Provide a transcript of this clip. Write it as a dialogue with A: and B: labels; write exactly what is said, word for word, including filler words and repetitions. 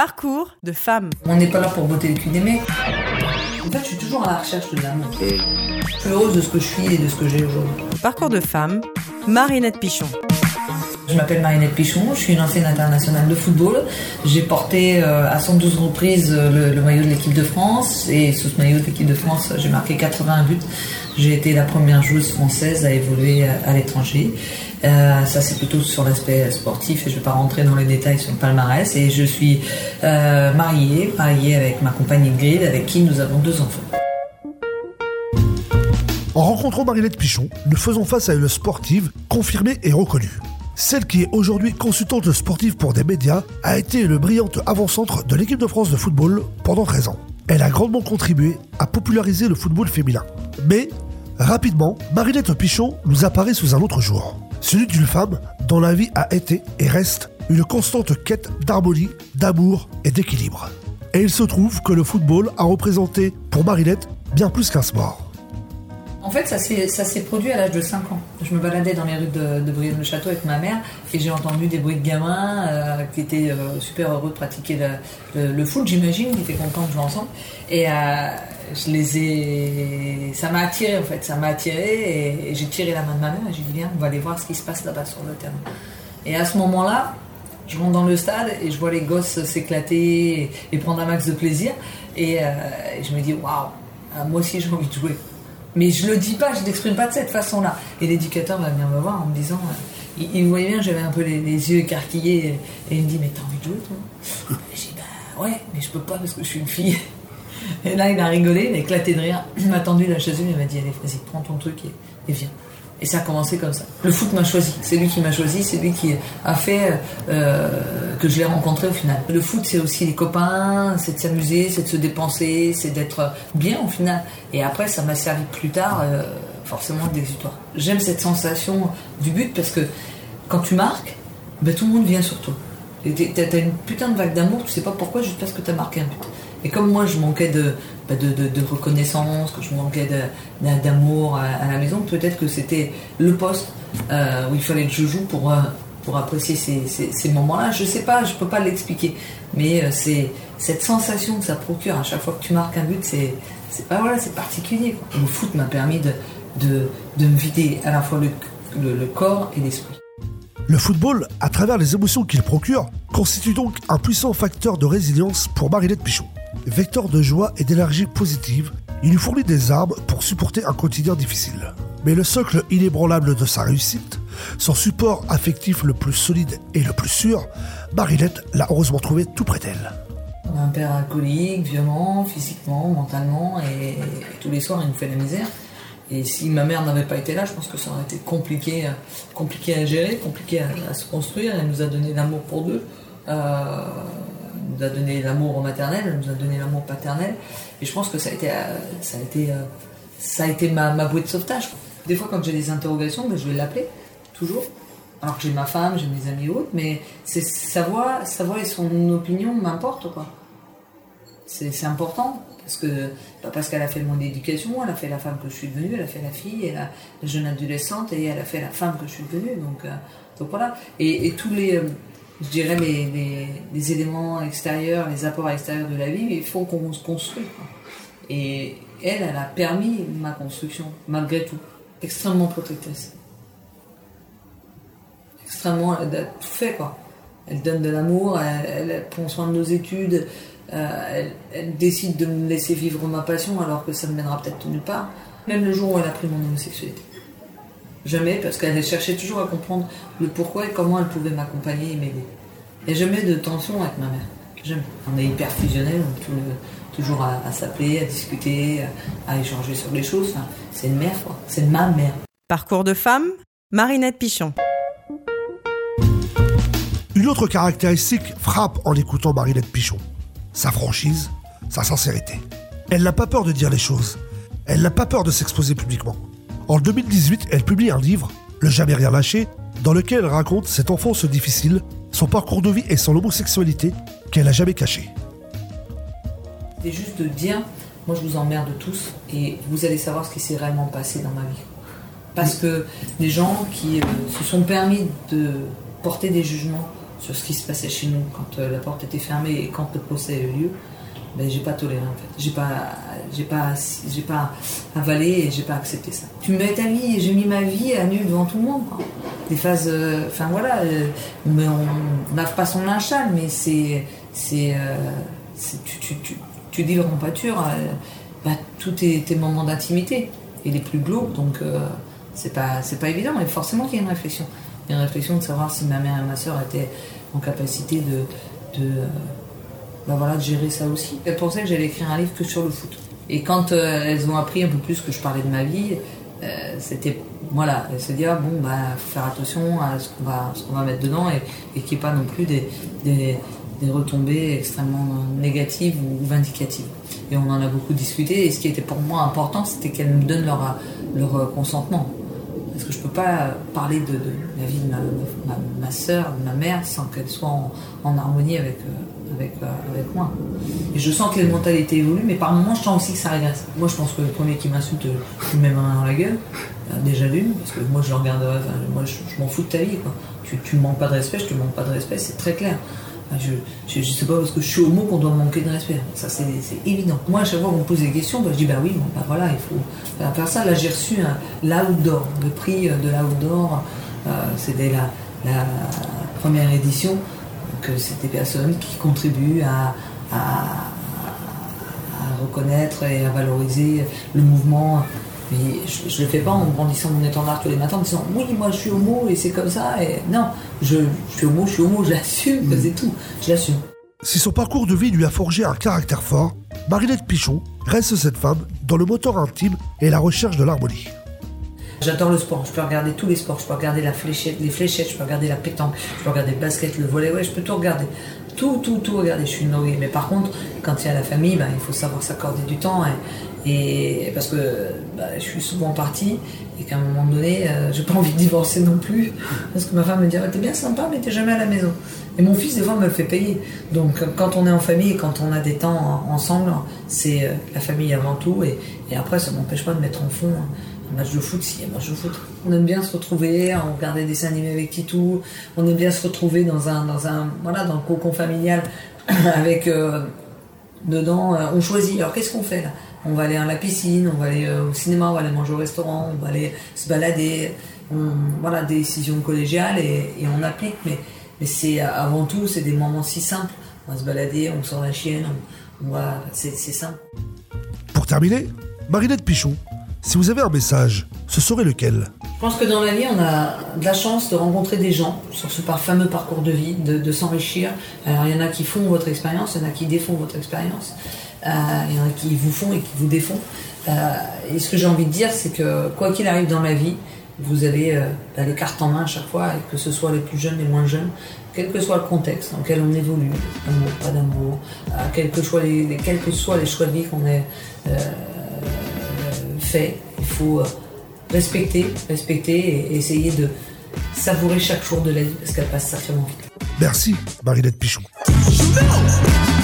A: Parcours de femme.
B: On n'est pas là pour botter le cul des mecs. En fait, je suis toujours à la recherche de l'amour. Je suis heureuse de ce que je suis et de ce que j'ai aujourd'hui.
A: Parcours de femme, Marinette Pichon.
B: Je m'appelle Marinette Pichon, je suis une ancienne internationale de football. J'ai porté euh, à cent douze reprises le, le maillot de l'équipe de France et sous ce maillot de l'équipe de France, j'ai marqué quatre-vingts buts. J'ai été la première joueuse française à évoluer à, à l'étranger. Euh, ça, c'est plutôt sur l'aspect sportif et je ne vais pas rentrer dans les détails sur le palmarès. Et je suis euh, mariée, mariée avec ma compagne Ingrid, avec qui nous avons deux enfants.
C: En rencontrant Marinette Pichon, nous faisons face à une sportive confirmée et reconnue. Celle qui est aujourd'hui consultante sportive pour des médias a été une brillante avant-centre de l'équipe de France de football pendant treize ans. Elle a grandement contribué à populariser le football féminin. Mais, rapidement, Marinette Pichon nous apparaît sous un autre jour. Celui d'une femme dont la vie a été et reste une constante quête d'harmonie, d'amour et d'équilibre. Et il se trouve que le football a représenté pour Marinette bien plus qu'un sport.
B: En fait, ça s'est, ça s'est produit à l'âge de cinq ans. Je me baladais dans les rues de, de Brienne-le-Château avec ma mère et j'ai entendu des bruits de gamins euh, qui étaient euh, super heureux de pratiquer le, le, le foot, j'imagine, qui étaient contents de jouer ensemble. Et euh, je les ai... ça m'a attiré en fait, ça m'a attiré et, et j'ai tiré la main de ma mère et j'ai dit viens, on va aller voir ce qui se passe là-bas sur le terrain. Et à ce moment-là, je rentre dans le stade et je vois les gosses s'éclater et, et prendre un max de plaisir et, euh, et je me dis waouh, moi aussi j'ai envie de jouer. Mais je le dis pas, je l'exprime pas de cette façon-là. Et l'éducateur va venir me voir en me disant, euh, il, il voyait bien que j'avais un peu les, les yeux écarquillés et, et il me dit, mais t'as envie de jouer toi? Et j'ai dit, bah ouais, mais je peux pas parce que je suis une fille. Et là il a rigolé, il a éclaté de rire, il m'a tendu la chaise, il m'a dit, allez vas-y, prends ton truc et, et viens. Et ça a commencé comme ça. Le foot m'a choisi, c'est lui qui m'a choisi, c'est lui qui a fait euh, que je l'ai rencontré au final. Le foot, c'est aussi les copains, c'est de s'amuser, c'est de se dépenser, c'est d'être bien au final. Et après, ça m'a servi plus tard, euh, forcément, d'exutoire. J'aime cette sensation du but parce que quand tu marques, ben, tout le monde vient sur toi. Et t'as une putain de vague d'amour, tu sais pas pourquoi, juste parce que t'as marqué un but. Et comme moi, je manquais de, de, de, de reconnaissance, que je manquais de, d'amour à, à la maison, peut-être que c'était le poste euh, où il fallait que je joue pour, euh, pour apprécier ces, ces, ces moments-là. Je sais pas, je peux pas l'expliquer. Mais euh, c'est cette sensation que ça procure à chaque fois que tu marques un but, c'est, c'est, pas, voilà, c'est particulier, quoi. Le foot m'a permis de, de, de me vider à la fois le, le, le corps et l'esprit.
C: Le football, à travers les émotions qu'il procure, constitue donc un puissant facteur de résilience pour Marinette Pichon. Vecteur de joie et d'énergie positive, il lui fournit des armes pour supporter un quotidien difficile. Mais le socle inébranlable de sa réussite, son support affectif le plus solide et le plus sûr, Marinette l'a heureusement trouvé tout près d'elle.
B: Un père alcoolique, violent, physiquement, mentalement, et, et tous les soirs il nous fait la misère. Et si ma mère n'avait pas été là, je pense que ça aurait été compliqué, compliqué à gérer, compliqué à, à se construire. Elle nous a donné l'amour pour deux. Euh, elle nous a donné l'amour maternel, elle nous a donné l'amour paternel. Et je pense que ça a été, ça a été, ça a été ma, ma bouée de sauvetage. Des fois, quand j'ai des interrogations, ben, je vais l'appeler, toujours. Alors que j'ai ma femme, j'ai mes amis et autres, mais c'est, sa, voix, sa voix et son opinion m'importent, quoi. C'est, c'est important. Parce que, pas parce qu'elle a fait mon éducation, elle a fait la femme que je suis devenue, elle a fait la fille, elle a la jeune adolescente et elle a fait la femme que je suis devenue. Donc, euh, donc voilà. Et, et tous les, euh, je dirais, les, les, les éléments extérieurs, les apports extérieurs de la vie, il faut qu'on se construise. Quoi. Et elle, elle a permis ma construction, malgré tout. Extrêmement protectrice. Extrêmement, elle a tout fait, quoi. Elle donne de l'amour, elle, elle prend soin de nos études. Euh, elle, elle décide de me laisser vivre ma passion alors que ça ne mènera peut-être nulle part. Même le jour où elle a pris mon homosexualité. Jamais, parce qu'elle cherchait toujours à comprendre le pourquoi et comment elle pouvait m'accompagner et m'aider. Et jamais de tension avec ma mère. Jamais. On est hyper fusionnels, on est tout le, toujours à, à s'appeler, à discuter, à, à échanger sur les choses. Enfin, c'est une mère, quoi. C'est ma mère.
A: Parcours de femme, Marinette Pichon.
C: Une autre caractéristique frappe en écoutant Marinette Pichon. Sa franchise, sa sincérité. Elle n'a pas peur de dire les choses. Elle n'a pas peur de s'exposer publiquement. En deux mille dix-huit, elle publie un livre, Le Jamais Rien Lâché, dans lequel elle raconte cette enfance difficile, son parcours de vie et son homosexualité qu'elle n'a jamais caché.
B: C'est juste de dire, moi je vous emmerde tous et vous allez savoir ce qui s'est réellement passé dans ma vie. Parce que des gens qui euh, se sont permis de porter des jugements sur ce qui se passait chez nous quand euh, la porte était fermée et quand le procès a eu lieu, ben, j'ai pas toléré en fait. J'ai pas, j'ai pas, j'ai pas avalé et j'ai pas accepté ça. Tu me mets ta vie, j'ai mis ma vie à nu devant tout le monde, quoi. Des phases, enfin euh, voilà, euh, mais on lave pas son linge sale, mais c'est, c'est, euh, c'est tu, tu, tu, tu livres en pâture euh, bah, tous tes, tes moments d'intimité et les plus glauques, donc euh, c'est pas, c'est pas évident. Mais forcément qu'il y a une réflexion, il y a une réflexion de savoir si ma mère et ma sœur étaient en capacité de, de euh, Ben voilà, de gérer ça aussi. Elles pensaient que j'allais écrire un livre que sur le foot. Et quand euh, elles ont appris un peu plus que je parlais de ma vie, euh, c'était, voilà, elles se disaient, ah, bon, bah, faut faire attention à ce qu'on va, ce qu'on va mettre dedans et, et qu'il n'y ait pas non plus des, des, des retombées extrêmement négatives ou vindicatives. Et on en a beaucoup discuté, et ce qui était pour moi important, c'était qu'elles me donnent leur, leur consentement. Parce que je ne peux pas parler de, de la vie de ma, ma, ma sœur, de ma mère, sans qu'elle soit en, en harmonie avec, euh, avec, euh, avec moi. Et je sens que les mentalités évoluent, mais par moments, je sens aussi que ça régresse. Moi, je pense que le premier qui m'insulte, je lui mets ma main dans la gueule, euh, déjà d'une, parce que moi, je le regarderai, enfin, moi, je, je m'en fous de ta vie, quoi. Tu ne me manques pas de respect, je te manque pas de respect, c'est très clair. Je ne sais pas parce que je suis homo qu'on doit me manquer de respect. Ça, c'est, c'est évident. Moi, à chaque fois qu'on me pose des questions, bah, je dis bah oui, bon, bah voilà, il faut faire ça. Là, j'ai reçu un l'Outdoor, le prix de l'Outdoor. Euh, c'était la, la première édition. Donc, c'est des personnes qui contribuent à, à, à reconnaître et à valoriser le mouvement. Mais je ne le fais pas en brandissant mon étendard tous les matins en disant oui, moi je suis homo et c'est comme ça. Et non, je, je suis homo, je suis homo, je l'assume, mmh. c'est tout, je l'assume.
C: Si son parcours de vie lui a forgé un caractère fort, Marinette Pichon reste cette femme dans le moteur intime et la recherche de l'harmonie.
B: J'adore le sport, je peux regarder tous les sports, je peux regarder la fléchette, les fléchettes, je peux regarder la pétanque, je peux regarder le basket, le volley, ouais, je peux tout regarder. Tout, tout, tout regarder, je suis une nourrie. Mais par contre, quand il y a la famille, bah, il faut savoir s'accorder du temps. Et, et parce que bah, je suis souvent partie et qu'à un moment donné, euh, j'ai pas envie de divorcer non plus. Parce que ma femme me dit ah, t'es bien sympa, mais t'es jamais à la maison. Et mon fils, des fois, me le fait payer. Donc, quand on est en famille et quand on a des temps ensemble, c'est euh, la famille avant tout. Et, et après, ça m'empêche pas de mettre en fond un match de foot s'il y a un match de foot. On aime bien se retrouver, on regarde des dessins animés avec Titou, on aime bien se retrouver dans un, dans un, voilà, dans le cocon familial avec euh, dedans, euh, on choisit. Alors qu'est-ce qu'on fait là ? On va aller à la piscine, on va aller euh, au cinéma, on va aller manger au restaurant, on va aller se balader. On, voilà, des décisions collégiales et, et on applique. Mais, mais c'est avant tout, c'est des moments si simples. On va se balader, on sort la chienne, on, on va, c'est, c'est simple.
C: Pour terminer, Marinette Pichon, si vous avez un message, ce serait lequel ?
B: Je pense que dans la vie, on a de la chance de rencontrer des gens sur ce fameux parcours de vie, de, de s'enrichir. Alors, il y en a qui font votre expérience, il y en a qui défont votre expérience, euh, il y en a qui vous font et qui vous défont. Euh, et ce que j'ai envie de dire, c'est que quoi qu'il arrive dans la vie, vous avez euh, bah, les cartes en main à chaque fois, et que ce soit les plus jeunes, les moins jeunes, quel que soit le contexte dans lequel on évolue, amour, pas d'amour, euh, quels que soient les, les, quels que soient les choix de vie qu'on ait euh, fait, il faut euh, respecter, respecter et essayer de savourer chaque jour de la vie parce qu'elle passe sacrément vite.
C: Merci Marinette Pichon.